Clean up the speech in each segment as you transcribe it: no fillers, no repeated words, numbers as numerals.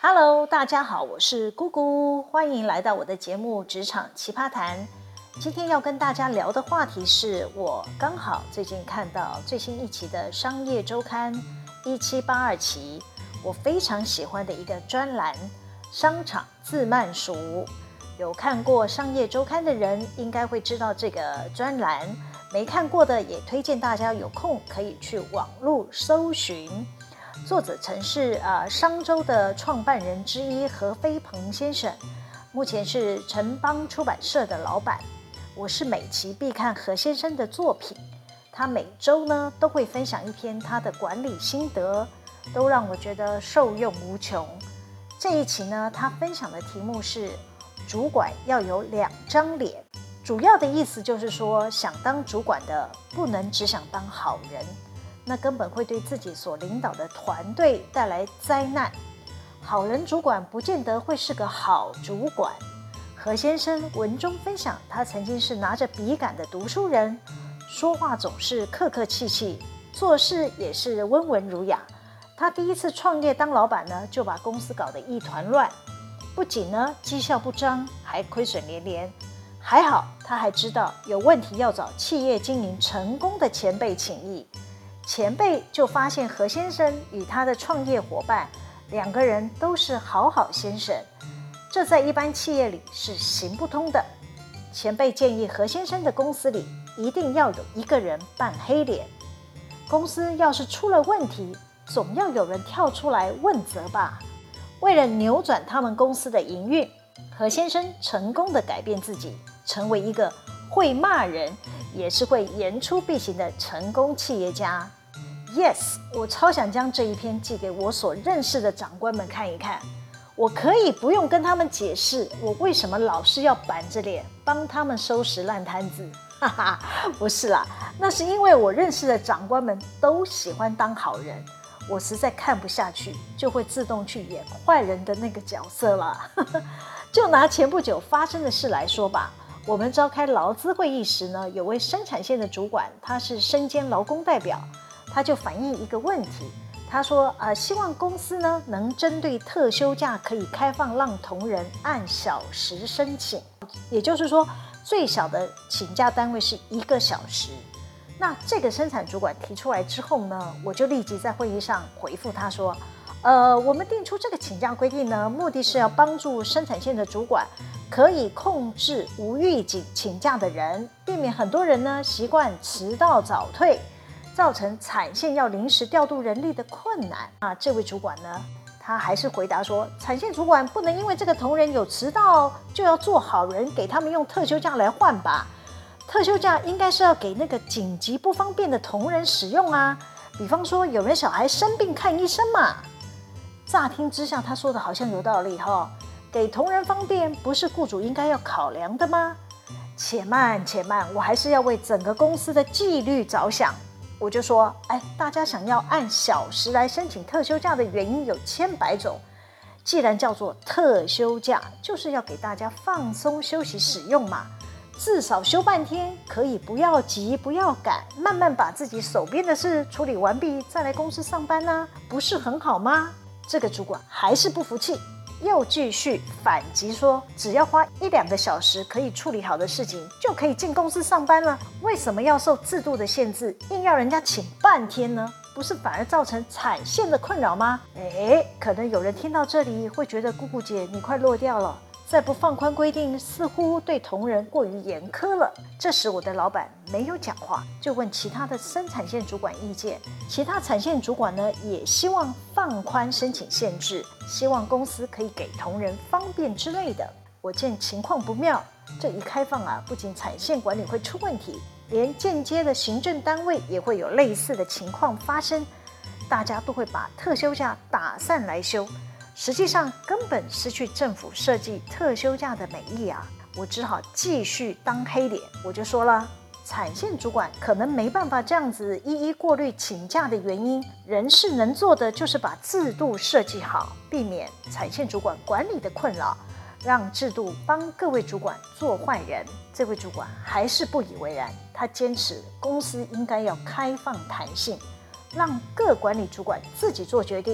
Hello，大家好，我是姑姑，欢迎来到我的节目《职场奇葩谈》。今天要跟大家聊的话题是我刚好最近看到最新一期的《商业周刊》1782期，我非常喜欢的一个专栏《商场自慢熟》。有看过《商业周刊》的人应该会知道这个专栏，没看过的也推荐大家有空可以去网络搜寻。作者曾是商周的创办人之一何飞鹏先生，目前是城邦出版社的老板。我是每期必看何先生的作品，他每周呢都会分享一篇他的管理心得，都让我觉得受用无穷。这一期呢，他分享的题目是主管要有2张脸，主要的意思就是说，想当主管的不能只想当好人，那根本会对自己所领导的团队带来灾难。好人主管不见得会是个好主管。何先生文中分享，他曾经是拿着笔杆的读书人，说话总是客客气气，做事也是温文儒雅。他第一次创业当老板呢，就把公司搞得一团乱，不仅呢绩效不彰，还亏损连连。还好他还知道有问题要找企业经营成功的前辈请益。前辈就发现何先生与他的创业伙伴2个人都是好好先生，这在一般企业里是行不通的。前辈建议何先生的公司里一定要有1个人扮黑脸，公司要是出了问题，总要有人跳出来问责吧。为了扭转他们公司的营运，何先生成功的改变自己，成为一个会骂人也是会言出必行的成功企业家。Yes， 我超想将这一篇寄给我所认识的长官们看一看，我可以不用跟他们解释我为什么老是要板着脸帮他们收拾烂摊子。哈哈，不是啦，那是因为我认识的长官们都喜欢当好人，我实在看不下去，就会自动去演坏人的那个角色了。就拿前不久发生的事来说吧，我们召开劳资会议时呢，有位生产线的主管，他是身兼劳工代表，他就反映一个问题，他说希望公司呢能针对特休假可以开放让同仁按小时申请，也就是说最小的请假单位是1个小时。那这个生产主管提出来之后呢，我就立即在会议上回复他说，我们定出这个请假规定呢，目的是要帮助生产线的主管可以控制无预警请假的人，避免很多人呢习惯迟到早退，造成产线要临时调度人力的困难。这位主管呢，他还是回答说，产线主管不能因为这个同仁有迟到就要做好人，给他们用特休假来换吧。特休假应该是要给那个紧急不方便的同仁使用啊，比方说有人小孩生病看医生嘛。乍听之下他说的好像有道理齁，给同仁方便不是雇主应该要考量的吗？且慢且慢，我还是要为整个公司的纪律着想。我就说，大家想要按小时来申请特休假的原因有千百种，既然叫做特休假，就是要给大家放松休息使用嘛，至少休半天，可以不要急不要赶，慢慢把自己手边的事处理完毕再来公司上班啊，不是很好吗？这个主管还是不服气，又继续反击说，只要花1-2个小时可以处理好的事情就可以进公司上班了，为什么要受制度的限制，硬要人家请半天呢？不是反而造成产线的困扰吗？可能有人听到这里会觉得，姑姑姐你快落掉了，再不放宽规定，似乎对同仁过于严苛了。这时我的老板没有讲话，就问其他的生产线主管意见。其他产线主管呢，也希望放宽申请限制，希望公司可以给同仁方便之类的。我见情况不妙，这一开放不仅产线管理会出问题，连间接的行政单位也会有类似的情况发生，大家都会把特休假打散来休，实际上根本失去政府设计特休假的美意啊！我只好继续当黑脸，我就说了，产线主管可能没办法这样子一一过滤请假的原因，人事能做的就是把制度设计好，避免产线主管管理的困扰，让制度帮各位主管做坏人。这位主管还是不以为然，他坚持公司应该要开放弹性，让各管理主管自己做决定，并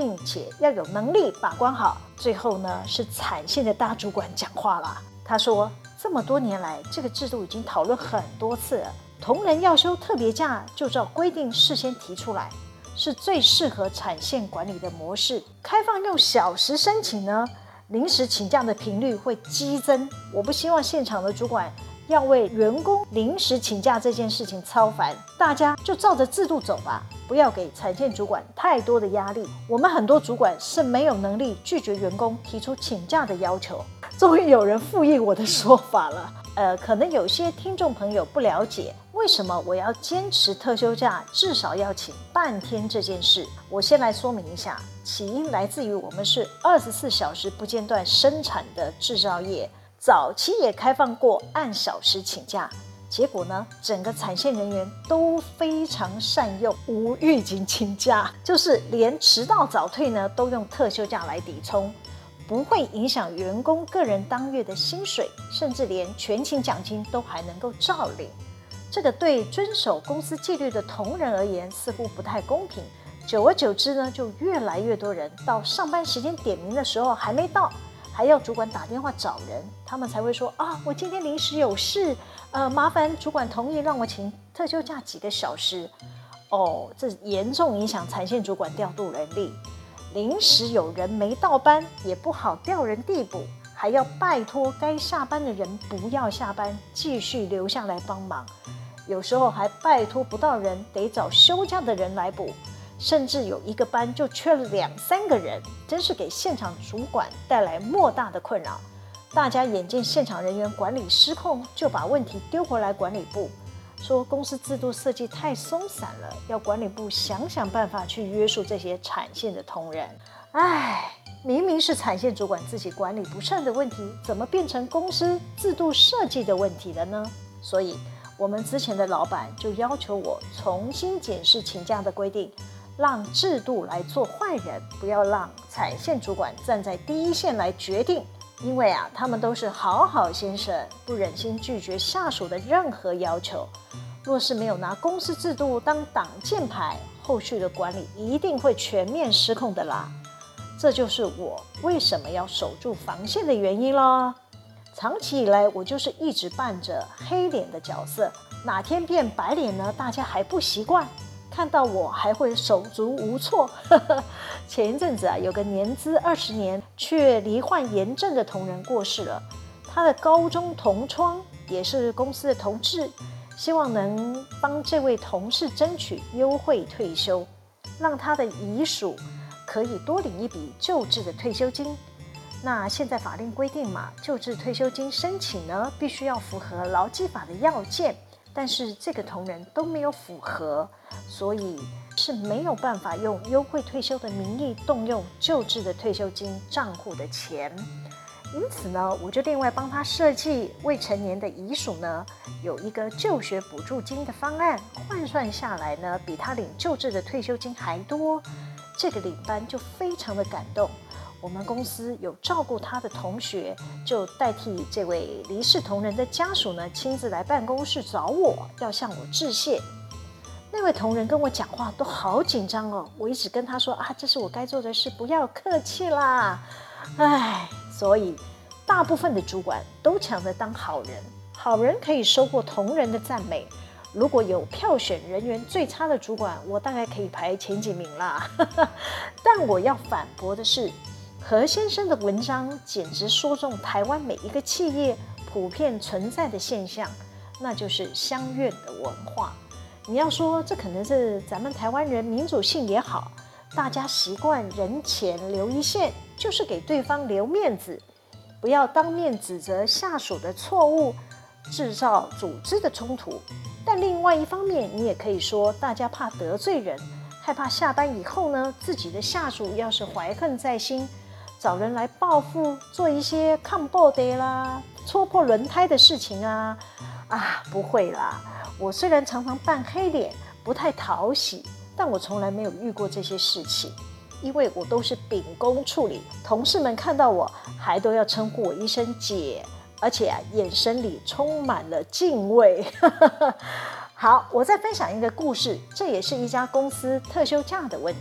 并且要有能力把关好。最后呢，是产线的大主管讲话了，他说这么多年来，这个制度已经讨论很多次了，同仁要休特别假就照规定事先提出来，是最适合产线管理的模式。开放用小时申请呢，临时请假的频率会激增。我不希望现场的主管要为员工临时请假这件事情操烦，大家就照着制度走吧，不要给产线主管太多的压力。我们很多主管是没有能力拒绝员工提出请假的要求。终于有人附议我的说法了。可能有些听众朋友不了解为什么我要坚持特休假至少要请半天这件事。我先来说明一下，起因来自于我们是24小时不间断生产的制造业，早期也开放过按小时请假，结果呢，整个产线人员都非常善用无预警请假，就是连迟到早退呢都用特休假来抵充，不会影响员工个人当月的薪水，甚至连全勤奖金都还能够照领。这个对遵守公司纪律的同仁而言似乎不太公平。久而久之呢，就越来越多人到上班时间点名的时候还没到，还要主管打电话找人，他们才会说我今天临时有事，麻烦主管同意让我请特休假几个小时。这严重影响产线主管调度人力。临时有人没到班，也不好调人递补，还要拜托该下班的人不要下班，继续留下来帮忙。有时候还拜托不到人，得找休假的人来补，甚至有一个班就缺了2-3个人，真是给现场主管带来莫大的困扰。大家眼见现场人员管理失控，就把问题丢回来管理部，说公司制度设计太松散了，要管理部想想办法去约束这些产线的同仁。明明是产线主管自己管理不善的问题，怎么变成公司制度设计的问题了呢？所以我们之前的老板就要求我重新检视请假的规定，让制度来做坏人，不要让产线主管站在第一线来决定。因为他们都是好好先生，不忍心拒绝下属的任何要求。若是没有拿公司制度当挡箭牌，后续的管理一定会全面失控的啦。这就是我为什么要守住防线的原因咯。长期以来，我就是一直扮着黑脸的角色，哪天变白脸呢？大家还不习惯，看到我还会手足无措。前一阵子有个年资20年却罹患炎症的同仁过世了，他的高中同窗也是公司的同事，希望能帮这位同事争取优惠退休，让他的遗属可以多领一笔旧制的退休金。那现在法令规定嘛，旧制退休金申请呢必须要符合劳基法的要件，但是这个同仁都没有符合，所以是没有办法用优惠退休的名义动用旧制的退休金账户的钱。因此呢，我就另外帮他设计未成年的遗属呢有一个就学补助金的方案，换算下来呢比他领旧制的退休金还多。这个领班就非常的感动，我们公司有照顾他的同学，就代替这位离世同仁的家属呢亲自来办公室找我，要向我致谢。那位同仁跟我讲话都好紧张哦，我一直跟他说这是我该做的事，不要客气啦。所以大部分的主管都抢着当好人，好人可以收获同仁的赞美。如果有票选人缘最差的主管，我大概可以排前几名啦。但我要反驳的是，何先生的文章简直说中台湾每一个企业普遍存在的现象，那就是乡怨的文化。你要说这可能是咱们台湾人民主性也好，大家习惯人前留一线，就是给对方留面子，不要当面指责下属的错误，制造组织的冲突。但另外一方面，你也可以说大家怕得罪人，害怕下班以后呢，自己的下属要是怀恨在心，找人来报复，做一些抗暴的啦、戳破轮胎的事情不会啦。我虽然常常扮黑脸，不太讨喜，但我从来没有遇过这些事情，因为我都是秉公处理，同事们看到我还都要称呼我一声姐，而且眼神里充满了敬畏。好，我再分享一个故事，这也是一家公司特休假的问题。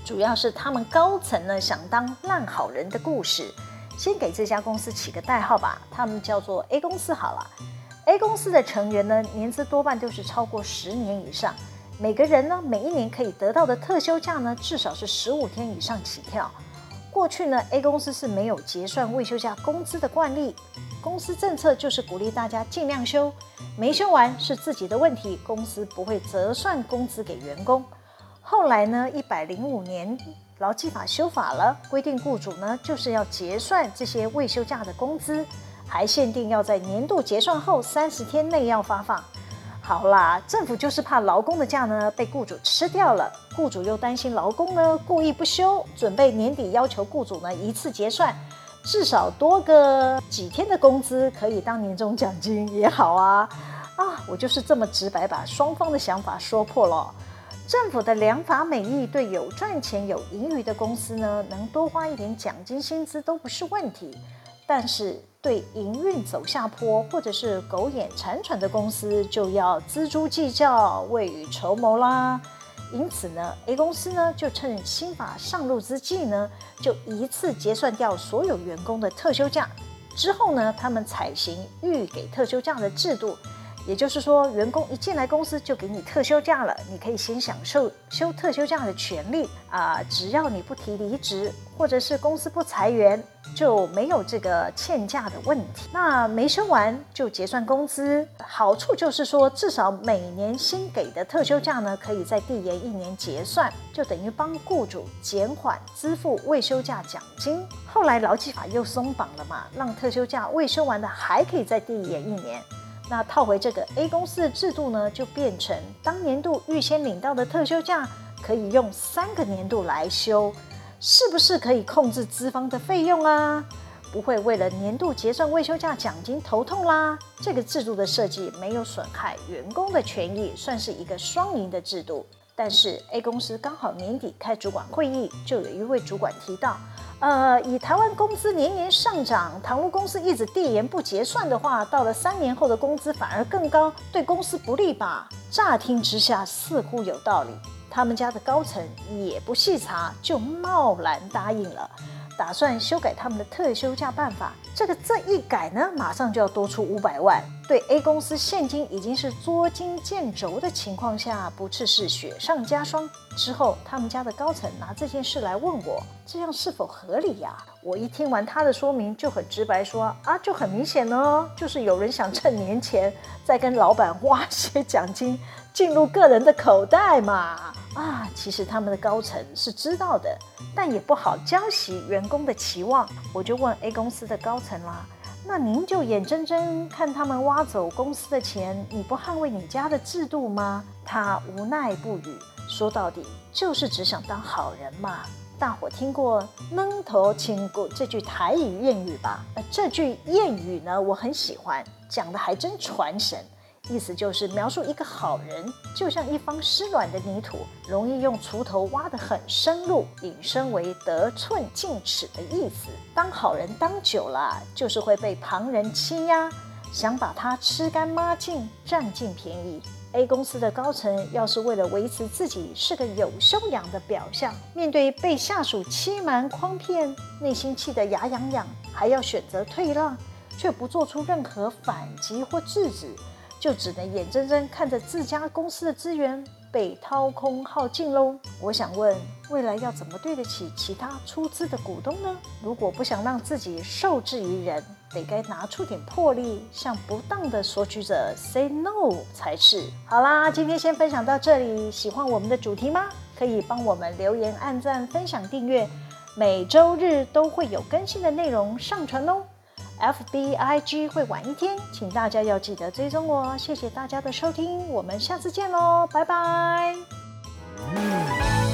主要是他们高层呢想当烂好人的故事。先给这家公司起个代号吧，他们叫做 A 公司好了。A 公司的成员呢，年资多半都是超过10年以上，每个人呢，每一年可以得到的特休假呢，至少是15天以上起跳。过去呢 ，A 公司是没有结算未休假工资的惯例，公司政策就是鼓励大家尽量休，没休完是自己的问题，公司不会折算工资给员工。后来呢，105年劳基法修法了，规定雇主呢就是要结算这些未休假的工资，还限定要在年度结算后30天内要发放。好啦，政府就是怕劳工的假呢被雇主吃掉了，雇主又担心劳工呢故意不休，准备年底要求雇主呢一次结算，至少多个几天的工资可以当年终奖金也好啊！我就是这么直白把双方的想法说破了。政府的良法美意，对有赚钱有盈余的公司呢，能多花一点奖金薪资都不是问题。但是对营运走下坡或者是苟延残喘的公司，就要锱铢计较、未雨绸缪啦。因此呢 ，A 公司呢就趁新法上路之际呢，就一次结算掉所有员工的特休假。之后呢，他们采行预给特休假的制度。也就是说，员工一进来公司就给你特休假了，你可以先享受休特休假的权利只要你不提离职，或者是公司不裁员，就没有这个欠假的问题。那没休完就结算工资，好处就是说，至少每年新给的特休假呢，可以在递延1年结算，就等于帮雇主减缓支付未休假奖金。后来劳基法又松绑了嘛，让特休假未休完的还可以再递延1年。那套回这个 A 公司的制度呢，就变成当年度预先领到的特休假可以用3个年度来休，是不是可以控制资方的费用啊？不会为了年度结算未休假奖金头痛啦。这个制度的设计没有损害员工的权益，算是一个双赢的制度。但是 A 公司刚好年底开主管会议，就有一位主管提到，以台湾工资年年上涨，倘若公司一直递延不结算的话，到了3年后的工资反而更高，对公司不利吧？乍听之下似乎有道理，他们家的高层也不细查，就贸然答应了，打算修改他们的特休假办法。这一改呢，马上就要多出500万。对 A 公司现今已经是捉襟见肘的情况下，不啻是雪上加霜。之后他们家的高层拿这件事来问我，这样是否合理呀？我一听完他的说明，就很直白说就很明显呢，就是有人想趁年前再跟老板挖些奖金进入个人的口袋嘛。其实他们的高层是知道的，但也不好浇熄员工的期望。我就问 A 公司的高层啦，那您就眼睁睁看他们挖走公司的钱，你不捍卫你家的制度吗？他无奈不语，说到底就是只想当好人嘛。大伙听过扔头轻骨这句台语谚语吧？这句谚语呢，我很喜欢，讲的还真传神。意思就是描述一个好人就像一方湿软的泥土，容易用锄头挖得很深入，引申为得寸进尺的意思。当好人当久了，就是会被旁人欺压，想把他吃干抹净，占尽便宜。A 公司的高层要是为了维持自己是个有修养的表象，面对被下属欺瞒诓骗，内心气得牙痒痒，还要选择退让，却不做出任何反击或制止，就只能眼睁睁看着自家公司的资源被掏空耗尽喽。我想问，未来要怎么对得起其他出资的股东呢？如果不想让自己受制于人，得该拿出点魄力，向不当的索取者 say no 才是。好啦，今天先分享到这里。喜欢我们的主题吗？可以帮我们留言、按赞、分享、订阅，每周日都会有更新的内容上传哦。FBIG 会晚一天，请大家要记得追踪我。谢谢大家的收听，我们下次见喽，拜拜。